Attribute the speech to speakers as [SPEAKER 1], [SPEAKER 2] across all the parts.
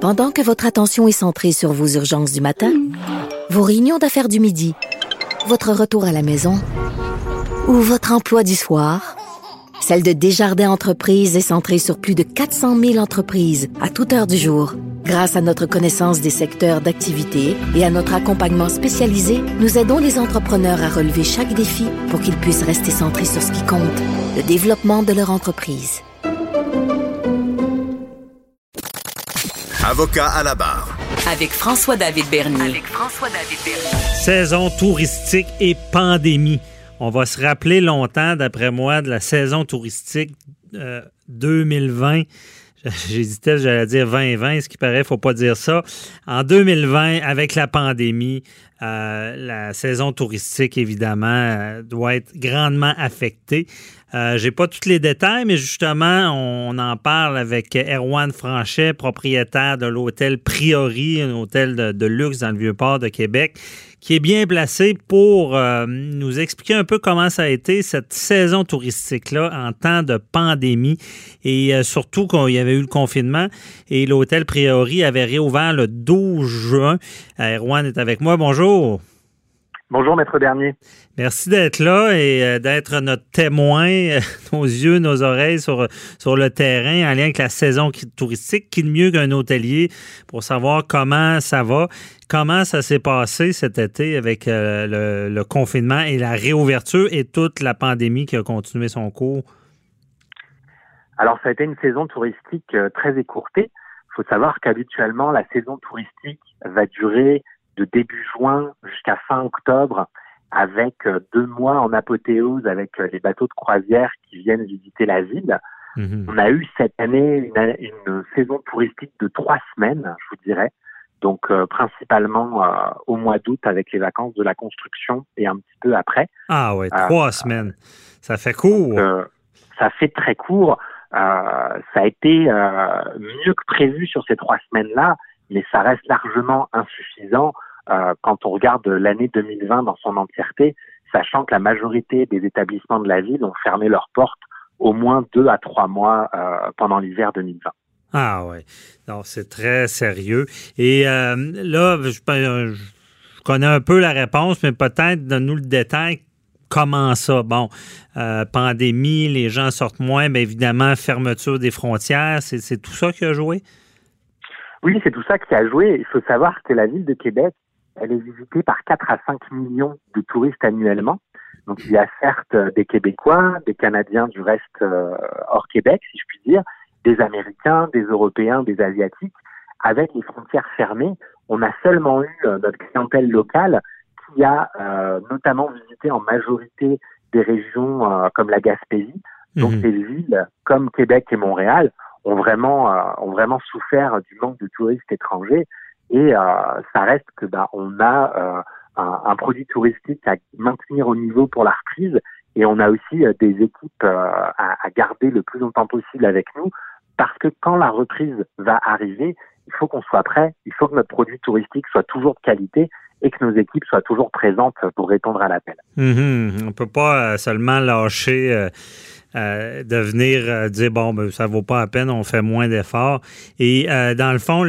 [SPEAKER 1] Pendant que votre attention est centrée sur vos urgences du matin, vos réunions d'affaires du midi, votre retour à la maison ou votre emploi du soir, celle de Desjardins Entreprises est centrée sur plus de 400 000 entreprises à toute heure du jour. Grâce à notre connaissance des secteurs d'activité et à notre accompagnement spécialisé, nous aidons les entrepreneurs à relever chaque défi pour qu'ils puissent rester centrés sur ce qui compte, le développement de leur entreprise.
[SPEAKER 2] Avocat à la barre.
[SPEAKER 3] Avec François-David Bernier.
[SPEAKER 4] Saison touristique et pandémie. On va se rappeler longtemps, d'après moi, de la saison touristique 2020. J'hésitais, j'allais dire 2020, ce qui paraît, il ne faut pas dire ça. En 2020, avec la pandémie, la saison touristique, évidemment, doit être grandement affectée. J'ai pas tous les détails, mais justement, on en parle avec Erwan Franchet, propriétaire de l'hôtel Priori, un hôtel de luxe dans le Vieux-Port de Québec, qui est bien placé pour nous expliquer un peu comment ça a été cette saison touristique-là en temps de pandémie et surtout qu'il y avait eu le confinement et l'hôtel Priori avait réouvert le 12 juin. Erwan est avec moi. Bonjour.
[SPEAKER 5] Bonjour, Maître Bernier.
[SPEAKER 4] Merci d'être là et d'être notre témoin, nos yeux, nos oreilles sur le terrain en lien avec la saison touristique. Qui de mieux qu'un hôtelier pour savoir comment ça va, comment ça s'est passé cet été avec le confinement et la réouverture et toute la pandémie qui a continué son cours?
[SPEAKER 5] Alors, ça a été une saison touristique très écourtée. Il faut savoir qu'habituellement, la saison touristique va durer de début juin jusqu'à fin octobre, avec 2 mois en apothéose avec les bateaux de croisière qui viennent visiter la ville. Mmh. On a eu cette année une saison touristique de 3 semaines, je vous dirais. Donc, principalement au mois d'août avec les vacances de la construction et un petit peu après.
[SPEAKER 4] Ah ouais, 3 semaines. Ça fait court.
[SPEAKER 5] Ça fait très court. Ça a été mieux que prévu sur ces 3 semaines-là, mais ça reste largement insuffisant quand on regarde l'année 2020 dans son entièreté, sachant que la majorité des établissements de la ville ont fermé leurs portes au moins 2 à 3 mois pendant l'hiver 2020.
[SPEAKER 4] Ah oui, donc c'est très sérieux. Et là, je connais un peu la réponse, mais peut-être donne-nous le détail. Comment ça? Bon, pandémie, les gens sortent moins, mais évidemment, fermeture des frontières, c'est tout ça qui a joué?
[SPEAKER 5] Oui, c'est tout ça qui a joué. Il faut savoir que la ville de Québec, elle est visitée par 4 à 5 millions de touristes annuellement. Donc, il y a certes des Québécois, des Canadiens du reste hors Québec, si je puis dire, des Américains, des Européens, des Asiatiques. Avec les frontières fermées, on a seulement eu notre clientèle locale qui a notamment visité en majorité des régions comme la Gaspésie. Donc, ces villes comme Québec et Montréal ont vraiment souffert du manque de touristes étrangers et ça reste que on a un produit touristique à maintenir au niveau pour la reprise et on a aussi des équipes à garder le plus longtemps possible avec nous parce que quand la reprise va arriver, il faut qu'on soit prêt, il faut que notre produit touristique soit toujours de qualité et que nos équipes soient toujours présentes pour répondre à l'appel.
[SPEAKER 4] On ne peut pas seulement lâcher de venir dire bon, ben, ça ne vaut pas la peine, on fait moins d'efforts. Et dans le fond,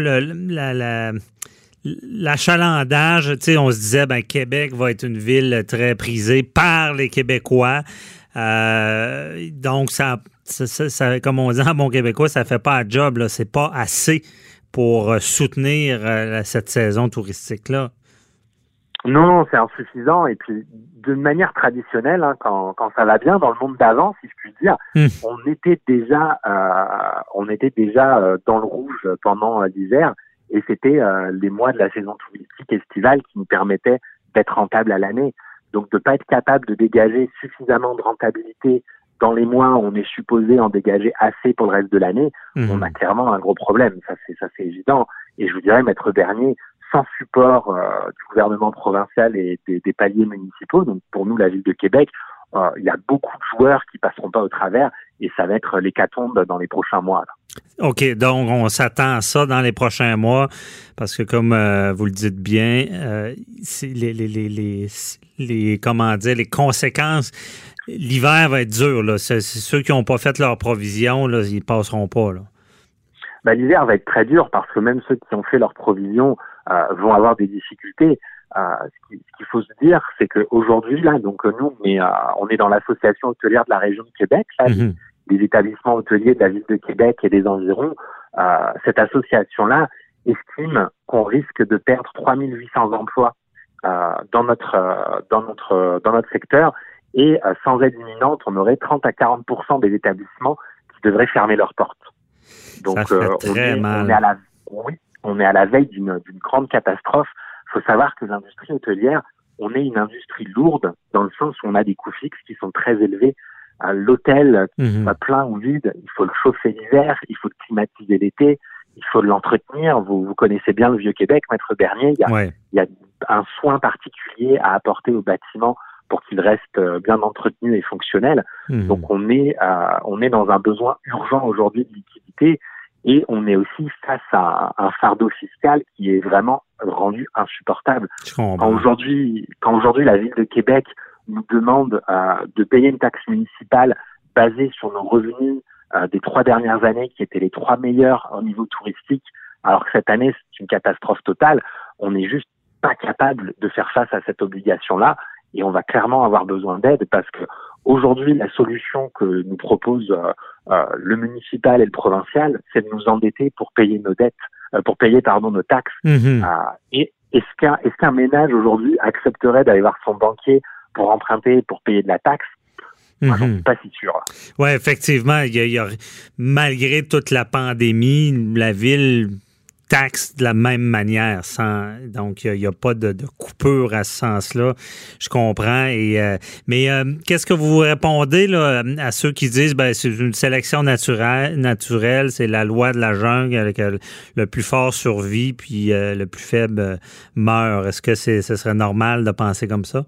[SPEAKER 4] l'achalandage, tu sais, on se disait ben Québec va être une ville très prisée par les Québécois. Donc, ça, comme on dit en bon québécois, ça ne fait pas un job, là, c'est pas assez pour soutenir cette saison touristique-là.
[SPEAKER 5] Non, c'est insuffisant. Et puis, d'une manière traditionnelle, quand ça va bien dans le monde d'avant, si je puis dire, on était déjà dans le rouge pendant l'hiver. Et c'était les mois de la saison touristique estivale qui nous permettaient d'être rentables à l'année. Donc, de pas être capable de dégager suffisamment de rentabilité dans les mois où on est supposé en dégager assez pour le reste de l'année, on a clairement un gros problème. Ça, c'est évident. Et je vous dirais, Maître Bernier, sans support du gouvernement provincial et des paliers municipaux, donc pour nous, la Ville de Québec, il y a beaucoup de joueurs qui passeront pas au travers et ça va être l'hécatombe dans les prochains mois. Là.
[SPEAKER 4] OK, donc on s'attend à ça dans les prochains mois parce que comme vous le dites bien, c'est les conséquences, l'hiver va être dur. Là. C'est ceux qui n'ont pas fait leur provision, là, ils passeront pas. Là.
[SPEAKER 5] L'hiver va être très dur parce que même ceux qui ont fait leurs provisions vont avoir des difficultés. Ce qu'il faut se dire, c'est qu'aujourd'hui, là, donc nous, on est dans l'association hôtelière de la région de Québec, là, des établissements hôteliers de la ville de Québec et des environs. Cette association-là estime qu'on risque de perdre 3800 emplois dans notre secteur, et sans aide imminente, on aurait 30 à 40% des établissements qui devraient fermer leurs portes. Donc on est à la veille d'une grande catastrophe. Il faut savoir que l'industrie hôtelière, on est une industrie lourde dans le sens où on a des coûts fixes qui sont très élevés. L'hôtel, plein ou vide, il faut le chauffer l'hiver, il faut le climatiser l'été, il faut l'entretenir. Vous connaissez bien le Vieux-Québec, Maître Bernier. Il y a un soin particulier à apporter au bâtiment pour qu'il reste bien entretenu et fonctionnel. Donc on est dans un besoin urgent aujourd'hui de liquidité, et on est aussi face à un fardeau fiscal qui est vraiment rendu insupportable. Quand aujourd'hui la ville de Québec nous demande de payer une taxe municipale basée sur nos revenus des 3 dernières années, qui étaient les 3 meilleurs au niveau touristique, alors que cette année c'est une catastrophe totale, on n'est juste pas capable de faire face à cette obligation-là, et on va clairement avoir besoin d'aide, parce que aujourd'hui la solution que nous propose le municipal et le provincial, c'est de nous endetter pour payer nos dettes, nos taxes. Et est-ce qu'un ménage aujourd'hui accepterait d'aller voir son banquier pour emprunter, pour payer de la taxe? Moi, j'en suis pas si sûr.
[SPEAKER 4] Oui, effectivement, malgré toute la pandémie, la ville taxe de la même manière. Donc, il n'y a pas de coupure à ce sens-là. Je comprends. Mais qu'est-ce que vous répondez là, à ceux qui disent c'est une sélection naturelle, c'est la loi de la jungle, que le plus fort survit, puis le plus faible meurt. Est-ce que ce serait normal de penser comme ça?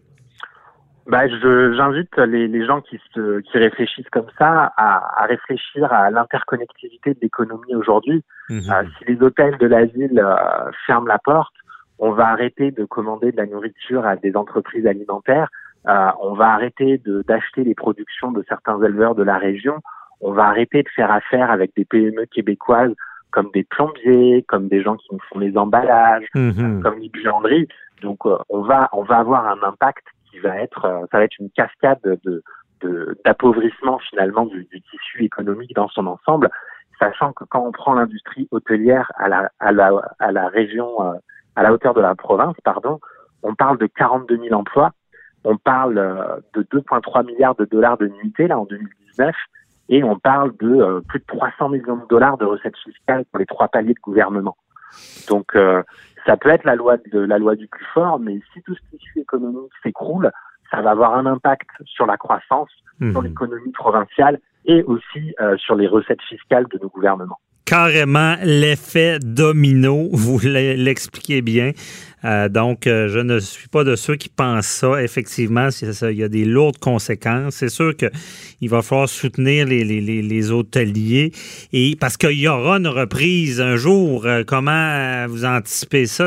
[SPEAKER 5] J'invite les gens qui réfléchissent comme ça à réfléchir à l'interconnectivité de l'économie aujourd'hui. Si les hôtels de la ville ferment la porte, on va arrêter de commander de la nourriture à des entreprises alimentaires, on va arrêter d'acheter les productions de certains éleveurs de la région, on va arrêter de faire affaire avec des PME québécoises comme des plombiers, comme des gens qui nous font les emballages, comme les buanderies. Donc on va avoir un impact ça va être une cascade d'appauvrissement finalement du tissu économique dans son ensemble, sachant que quand on prend l'industrie hôtelière à la région, à la hauteur de la province, on parle de 42 000 emplois, on parle de 2,3 milliards de dollars de nuitées là en 2019, et on parle de plus de 300 millions de dollars de recettes fiscales pour les 3 paliers de gouvernement. Donc ça peut être la loi du plus fort, mais si tout ce tissu économique s'écroule, ça va avoir un impact sur la croissance, sur l'économie provinciale et aussi sur les recettes fiscales de nos gouvernements.
[SPEAKER 4] Carrément l'effet domino, vous l'expliquez bien. Donc, je ne suis pas de ceux qui pensent ça. Effectivement, il y a des lourdes conséquences. C'est sûr qu'il va falloir soutenir les hôteliers, et parce qu'il y aura une reprise un jour. Comment vous anticipez ça?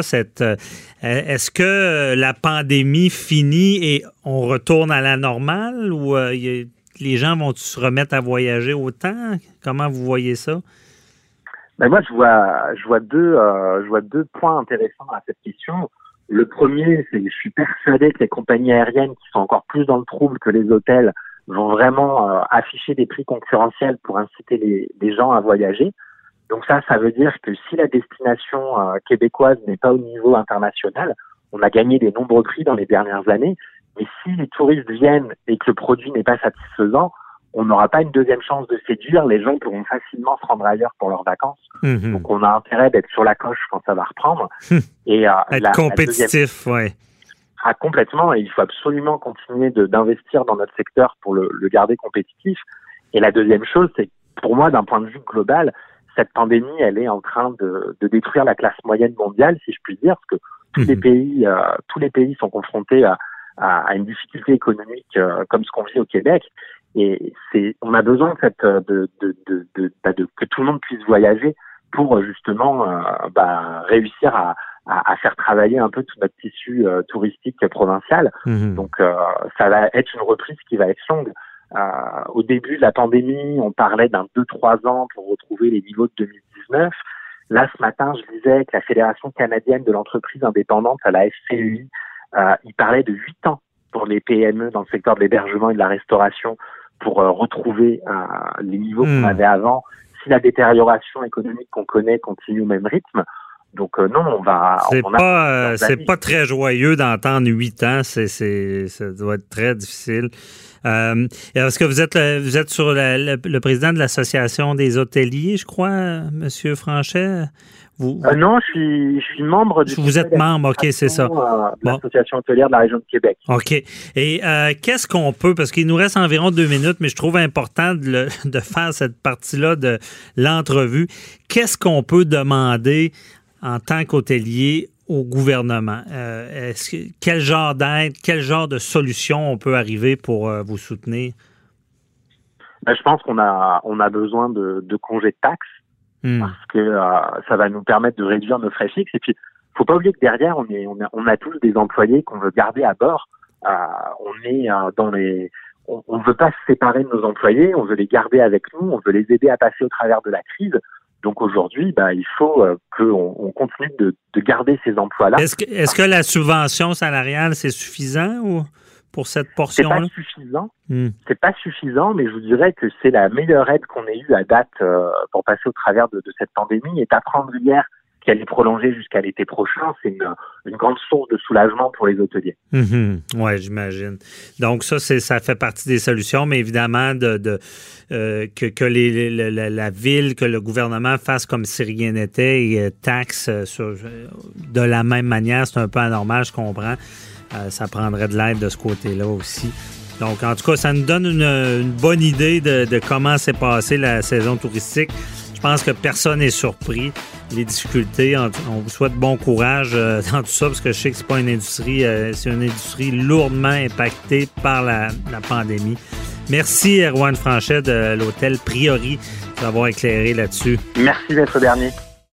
[SPEAKER 4] Est-ce que la pandémie finit et on retourne à la normale, ou les gens vont se remettre à voyager autant? Comment vous voyez ça?
[SPEAKER 5] Moi, je vois deux points intéressants à cette question. Le premier, c'est que je suis persuadé que les compagnies aériennes, qui sont encore plus dans le trouble que les hôtels, vont vraiment afficher des prix concurrentiels pour inciter les gens à voyager. Donc ça veut dire que si la destination québécoise n'est pas au niveau international, on a gagné des nombreux prix dans les dernières années, mais si les touristes viennent et que le produit n'est pas satisfaisant, on n'aura pas une deuxième chance de séduire. Les gens pourront facilement se rendre ailleurs pour leurs vacances. Donc, on a intérêt d'être sur la coche quand ça va reprendre. Et
[SPEAKER 4] être compétitif, oui.
[SPEAKER 5] Complètement. Et il faut absolument continuer d'investir dans notre secteur pour le garder compétitif. Et la deuxième chose, c'est que pour moi, d'un point de vue global, cette pandémie, elle est en train de détruire la classe moyenne mondiale, si je puis dire, parce que tous les pays sont confrontés à une difficulté économique comme ce qu'on vit au Québec. Et on a besoin que tout le monde puisse voyager pour justement réussir à faire travailler un peu tout notre tissu touristique provincial. Donc ça va être une reprise qui va être longue. Au début de la pandémie, on parlait d'un 2-3 ans pour retrouver les niveaux de 2019. Là, ce matin, je lisais que la Fédération canadienne de l'entreprise indépendante, à la FCEI, il parlait de 8 ans pour les PME dans le secteur de l'hébergement et de la restauration pour retrouver les niveaux qu'on avait avant, si la détérioration économique qu'on connaît continue au même rythme. Donc non, on va...
[SPEAKER 4] C'est pas très joyeux d'entendre 8 ans, ça doit être très difficile. Est-ce que vous êtes sur le président de l'Association des hôteliers, je crois, M. Franchet?
[SPEAKER 5] Non, je suis membre du...
[SPEAKER 4] Vous êtes membre, OK, c'est ça.
[SPEAKER 5] De l'Association hôtelière de la région de Québec.
[SPEAKER 4] OK. Et qu'est-ce qu'on peut, parce qu'il nous reste environ 2 minutes, mais je trouve important de faire cette partie-là de l'entrevue. Qu'est-ce qu'on peut demander en tant qu'hôtelier au gouvernement? Quel genre d'aide, quel genre de solution on peut arriver pour vous soutenir?
[SPEAKER 5] Je pense qu'on a besoin de congés de taxes parce que ça va nous permettre de réduire nos frais fixes. Et puis, faut pas oublier que derrière, on a tous des employés qu'on veut garder à bord. On veut pas se séparer de nos employés, on veut les garder avec nous, on veut les aider à passer au travers de la crise. Donc aujourd'hui, il faut qu'on continue de garder ces emplois-là.
[SPEAKER 4] Est-ce que la subvention salariale, c'est suffisant ou pour cette portion-là?
[SPEAKER 5] C'est pas suffisant. C'est pas suffisant, mais je vous dirais que c'est la meilleure aide qu'on ait eue à date pour passer au travers de cette pandémie. Et apprendre hier qu'elle est prolongée jusqu'à l'été prochain, c'est une grande source de soulagement pour les hôteliers.
[SPEAKER 4] Oui, j'imagine. Donc ça fait partie des solutions, mais évidemment que la ville, que le gouvernement fasse comme si rien n'était et taxe de la même manière, c'est un peu anormal, je comprends. Ça prendrait de l'aide de ce côté-là aussi. Donc, en tout cas, ça nous donne une bonne idée de comment s'est passée la saison touristique. Je pense que personne n'est surpris. Les difficultés, on vous souhaite bon courage dans tout ça, parce que je sais que c'est pas une industrie, c'est une industrie lourdement impactée par la pandémie. Merci, Erwan Franchet de l'hôtel Priori, d'avoir éclairé là-dessus.
[SPEAKER 5] Merci, Maître Bernier.